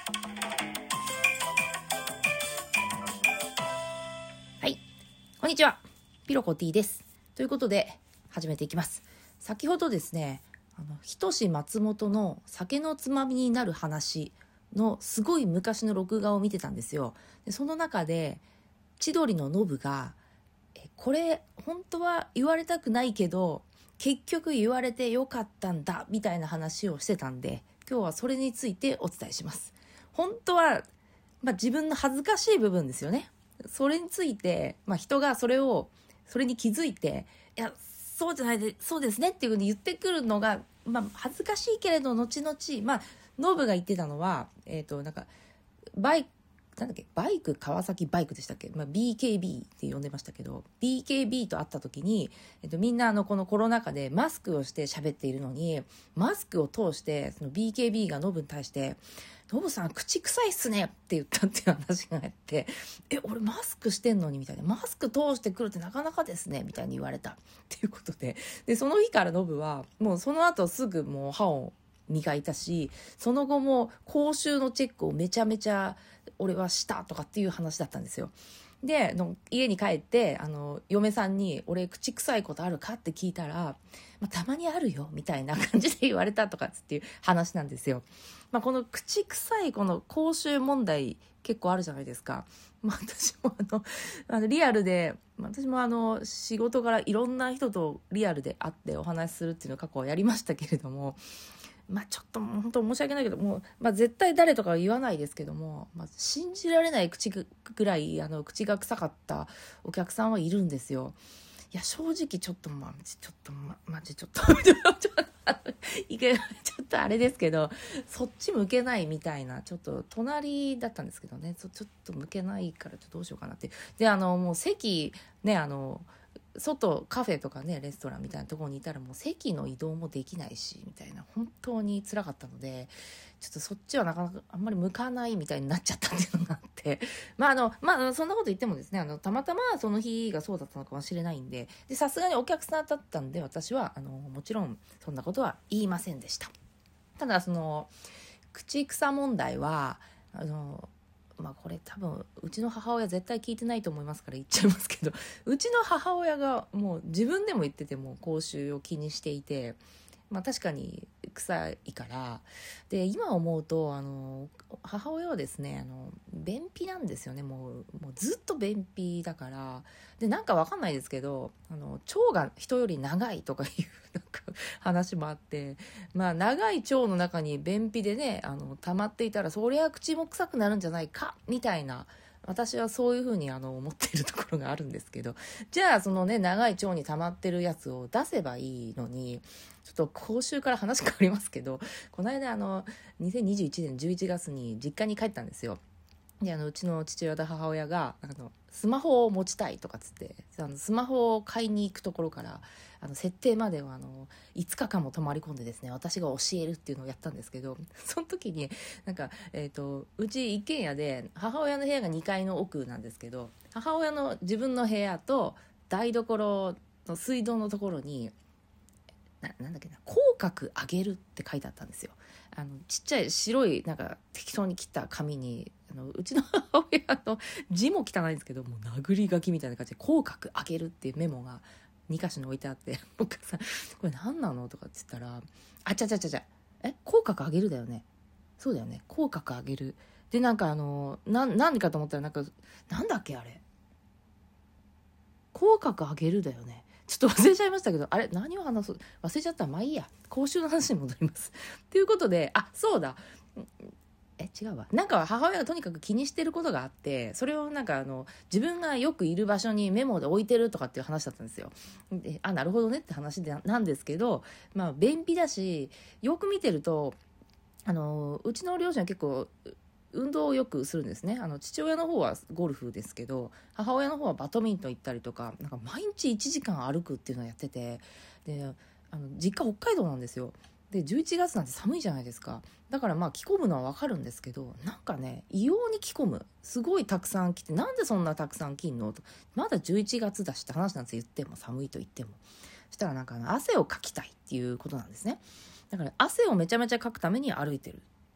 はい、こんにちは、ピロコ T です。ということで始めていきます。先ほどですね、ひとし松本の酒のつまみになる話のすごい昔の録画を見てたんですよ。でその中で千鳥のノブがこれ本当は言われたくないけど結局言われてよかったんだみたいな話をしてたんで、今日はそれについてお伝えします。本当は、自分の恥ずかしい部分ですよね。それについて、人がそれに気づいて、いやそうじゃないで、そうですねっていう風に言ってくるのが、恥ずかしいけれど後々、ノブが言ってたのは、バイク川崎バイクでしたっけ、BKB って呼んでましたけど、 BKB と会った時に、みんなこのコロナ禍でマスクをして喋っているのに、マスクを通してその BKB がノブに対してノブさん口臭いっすねって言ったっていう話があって、俺マスクしてんのにみたいな、マスク通してくるってなかなかですねみたいに言われたっていうことで、その日からノブはもうその後すぐもう歯を磨いたし、その後も口臭のチェックをめちゃめちゃ俺はしたとかっていう話だったんですよ。で家に帰って嫁さんに俺口臭いことあるかって聞いたら、たまにあるよみたいな感じで言われたとかっていう話なんですよ。この口臭いこの口臭問題結構あるじゃないですか。私もリアルで、私も仕事からいろんな人とリアルで会ってお話しするっていうのを過去やりましたけれども、ちょっともう本当申し訳ないけども絶対誰とかは言わないですけども、信じられない口ぐらい口が臭かったお客さんはいるんですよ。いや正直ちょっとあれですけど、そっち向けないみたいな、ちょっと隣だったんですけどね、ちょっと向けないからどうしようかなって。でもう席ね、外カフェとかねレストランみたいなところにいたらもう席の移動もできないしみたいな、本当に辛かったので、ちょっとそっちはなかなかあんまり向かないみたいになっちゃったっていうのがあって、そんなこと言ってもですね、たまたまその日がそうだったのかもしれないんで、さすがにお客さんだったんで私はもちろんそんなことは言いませんでした。ただその口草問題はこれ多分うちの母親絶対聞いてないと思いますから言っちゃいますけど、うちの母親がもう自分でも言ってても口臭を気にしていて、確かに臭いから。で今思うと母親はですね便秘なんですよね。もうずっと便秘だから。でなんかわかんないですけど腸が人より長いとかいう話もあって、長い腸の中に便秘でね溜まっていたらそりゃ口も臭くなるんじゃないかみたいな、私はそういうふうに思っているところがあるんですけど、じゃあそのね長い腸に溜まってるやつを出せばいいのに、ちょっと口臭から話変わりますけど、この間2021年11月に実家に帰ったんですよ。でうちの父親と母親がスマホを持ちたいとかつってスマホを買いに行くところから設定までを5日間も泊まり込んでですね、私が教えるっていうのをやったんですけど、その時にうち一軒家で母親の部屋が2階の奥なんですけど、母親の自分の部屋と台所の水道のところになんだっけな、口角上げるって書いてあったんですよ。ちっちゃい白い適当に切った紙にうちの母親の字も汚いんですけど、もう殴り書きみたいな感じで口角上げるっていうメモが2箇所に置いてあって、お母さんこれ何なのとかって言ったら、口角上げるだよね、そうだよね、口角上げるで何かかと思ったらなんだっけあれ、口角上げるだよね、ちょっと忘れちゃいましたけど、あれ何を話そう忘れちゃった。いいや、口臭の話に戻りますということで、そうだ、違うわ、母親がとにかく気にしてることがあって、それを自分がよくいる場所にメモで置いてるとかっていう話だったんですよ。でなるほどねって話なんですけど、便秘だし、よく見てるとうちの両親は結構運動をよくするんですね。父親の方はゴルフですけど、母親の方はバドミントン行ったりとか、毎日1時間歩くっていうのをやってて、で実家北海道なんですよ。で11月なんて寒いじゃないですか。だから着込むのは分かるんですけど、異様に着込む、すごいたくさん着て、なんでそんなたくさん着んのと、まだ11月だしって話なんですよ。言っても寒いと言っても。そしたら汗をかきたいっていうことなんですね。だから汗をめちゃめちゃかくために歩いてる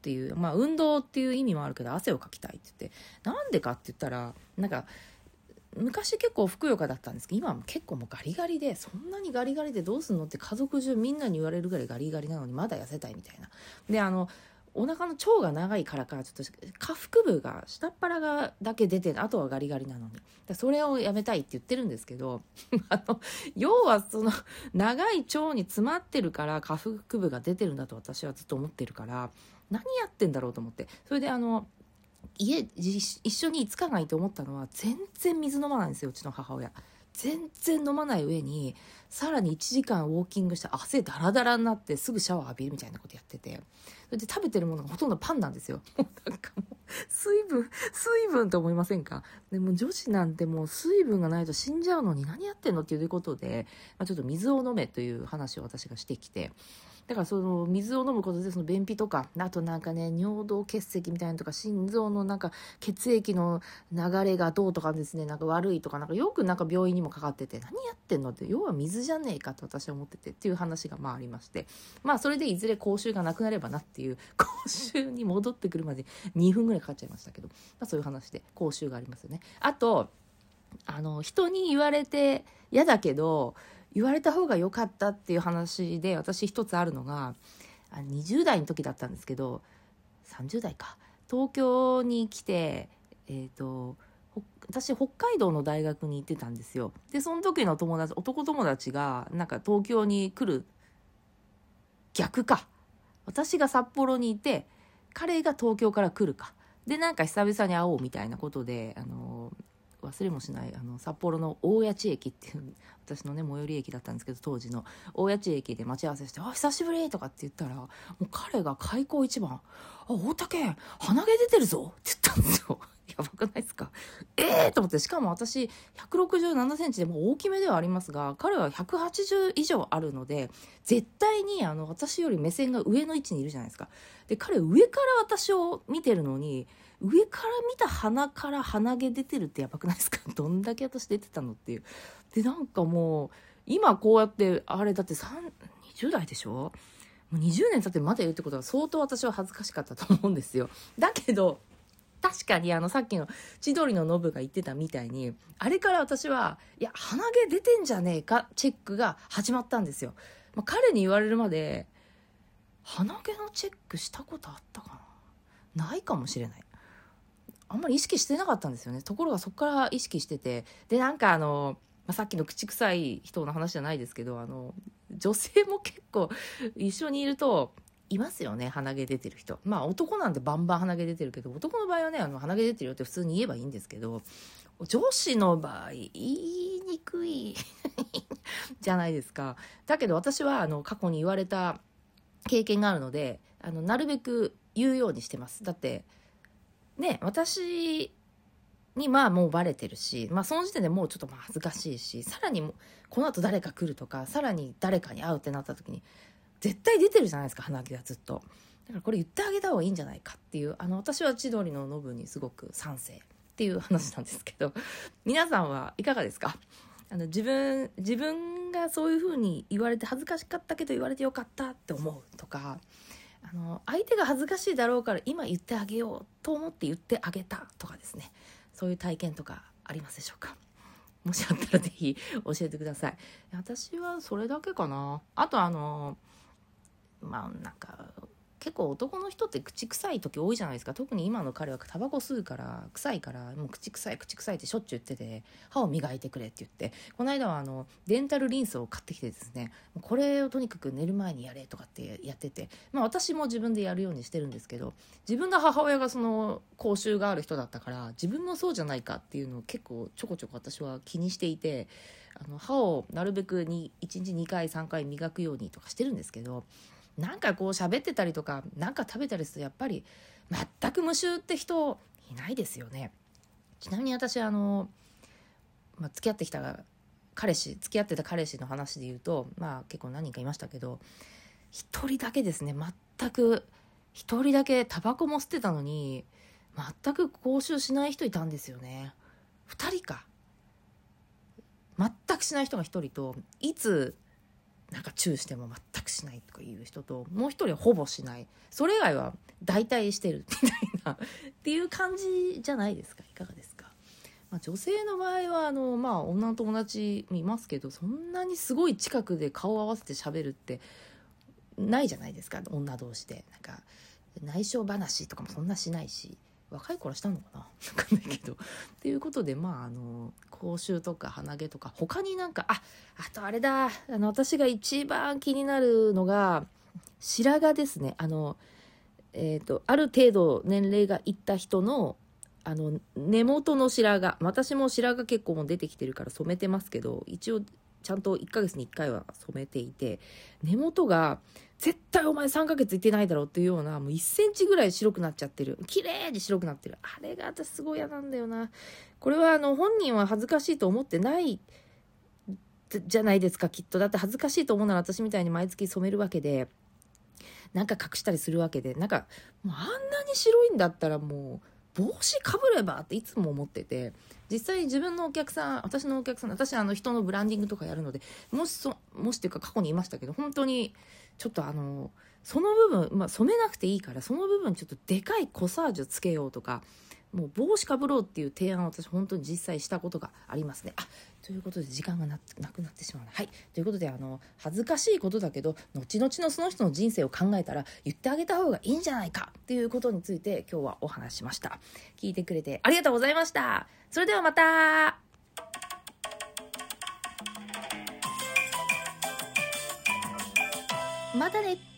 っていう、運動っていう意味もあるけど汗をかきたいって言って、なんでかって言ったら、なんか昔結構ふくよかだったんですけど、今は結構もうガリガリで、そんなにガリガリでどうすんのって家族中みんなに言われるぐらいガリガリなのにまだ痩せたいみたいな。でお腹の腸が長いからかちょっと下腹部が下っ腹がだけ出てる、あとはガリガリなのに、それをやめたいって言ってるんですけど要はその長い腸に詰まってるから下腹部が出てるんだと私はずっと思ってるから、何やってんだろうと思って、それで一緒に5日間いて思ったのは、全然水飲まないんですよ、うちの母親。全然飲まない上に、さらに1時間ウォーキングして汗ダラダラになってすぐシャワー浴びるみたいなことやってて、それで食べてるものがほとんどパンなんですよ。もうなんかもう水分と思いませんか？でも女子なんてもう水分がないと死んじゃうのに何やってんのっていうことで、ちょっと水を飲めという話を私がしてきて、だからその水を飲むことでその便秘とか、あとなんかね、尿道結石みたいなのとか、心臓のなんか血液の流れがどうとかですね、なんか悪いとか、なんかよくなんか病院にもかかってて、何やってんのって、要は水じゃねえかと私は思っててっていう話がありまして、それでいずれ口臭がなくなればなっていう、口臭に戻ってくるまで2分ぐらいかかっちゃいましたけど、そういう話で口臭がありますよね。あと人に言われて嫌だけど言われた方が良かったっていう話で、私一つあるのが、20代の時だったんですけど、30代か、東京に来て、私北海道の大学に行ってたんですよ。でその時の男友達がなんか東京に来る、逆か、私が札幌にいて彼が東京から来るかで、なんか久々に会おうみたいなことで、忘れもしない札幌の大谷地駅っていう私のね最寄り駅だったんですけど、当時の大谷地駅で待ち合わせして、久しぶりとかって言ったら、もう彼が開口一番、大竹鼻毛出てるぞって言ったんですよ。やばくないですか？と思って、しかも私167センチでもう大きめではありますが、彼は180以上あるので、絶対に私より目線が上の位置にいるじゃないですか。で彼上から私を見てるのに、上から見た鼻から鼻毛出てるってやばくないですか？どんだけ私出てたのっていう。でなんかもう今こうやってあれだって20代でしょ、もう20年経ってまだ言うってことは相当私は恥ずかしかったと思うんですよ。だけど確かにさっきの千鳥のノブが言ってたみたいに、あれから私はいや鼻毛出てんじゃねえかチェックが始まったんですよ。彼に言われるまで鼻毛のチェックしたことあったかな、ないかもしれない。あんまり意識してなかったんですよね。ところがそこから意識してて、でなんかさっきの口臭い人の話じゃないですけど、女性も結構一緒にいるといますよね、鼻毛出てる人。男なんてバンバン鼻毛出てるけど、男の場合はね鼻毛出てるよって普通に言えばいいんですけど、女子の場合言いにくいじゃないですか。だけど私は過去に言われた経験があるので、なるべく言うようにしてます。だってね、私にもうバレてるし、その時点でもうちょっと恥ずかしいし、さらにこの後誰か来るとか、さらに誰かに会うってなった時に絶対出てるじゃないですか、鼻毛がずっと。だからこれ言ってあげた方がいいんじゃないかっていう、私は千鳥のノブにすごく賛成っていう話なんですけど、皆さんはいかがですか？自分がそういう風に言われて恥ずかしかったけど言われてよかったって思うとか、相手が恥ずかしいだろうから今言ってあげようと思って言ってあげたとかですね、そういう体験とかありますでしょうか？もしあったらぜひ教えてください。私はそれだけかな。あとなんか結構男の人って口臭い時多いじゃないですか。特に今の彼はタバコ吸うから臭いから、もう口臭いってしょっちゅう言ってて、歯を磨いてくれって言って、この間はデンタルリンスを買ってきてですね、これをとにかく寝る前にやれとかってやってて、私も自分でやるようにしてるんですけど、自分の母親がその口臭がある人だったから、自分もそうじゃないかっていうのを結構ちょこちょこ私は気にしていて、歯をなるべく1日2回3回磨くようにとかしてるんですけど、なんかこう喋ってたりとかなんか食べたりするとやっぱり全く無臭って人いないですよね。ちなみに私付き合ってた彼氏の話で言うと、結構何人かいましたけど、一人だけですね、一人だけタバコも吸ってたのに全く口臭しない人いたんですよね。二人か、全くしない人が一人と、いつなんかチューしても全くしないとかいう人と、もう一人はほぼしない。それ以外は代替してるみたいなっていう感じじゃないですか。いかがですか？女性の場合は女の友達いますけど、そんなにすごい近くで顔を合わせて喋るってないじゃないですか。女同士でなんか内緒話とかもそんなしないし、若い頃したのかな分かんないけどっていうことで、口臭とか鼻毛とか、他にあとあれだ、私が一番気になるのが白髪ですね。ある程度年齢がいった人の根元の白髪、私も白髪結構もう出てきてるから染めてますけど、一応ちゃんと1ヶ月に1回は染めていて、根元が絶対お前3ヶ月いってないだろうっていうような、もう1センチぐらい白くなっちゃってる、綺麗に白くなってる、あれが私すごい嫌なんだよな。これは本人は恥ずかしいと思ってないじゃないですか、きっと。だって恥ずかしいと思うなら私みたいに毎月染めるわけで、なんか隠したりするわけで、もうあんなに白いんだったらもう帽子かぶればっていつも思ってて、実際自分のお客さん、私のお客さん、私人のブランディングとかやるので、もしっていうか過去にいましたけど、本当にちょっとその部分、染めなくていいからその部分ちょっとでかいコサージュつけようとか、もう帽子かぶろうっていう提案を私本当に実際したことがありますね。ということで時間がなくなってしまうな。はい。ということで恥ずかしいことだけど、後々のその人の人生を考えたら言ってあげた方がいいんじゃないかっていうことについて今日はお話ししました。聞いてくれてありがとうございました。それではまた。またね。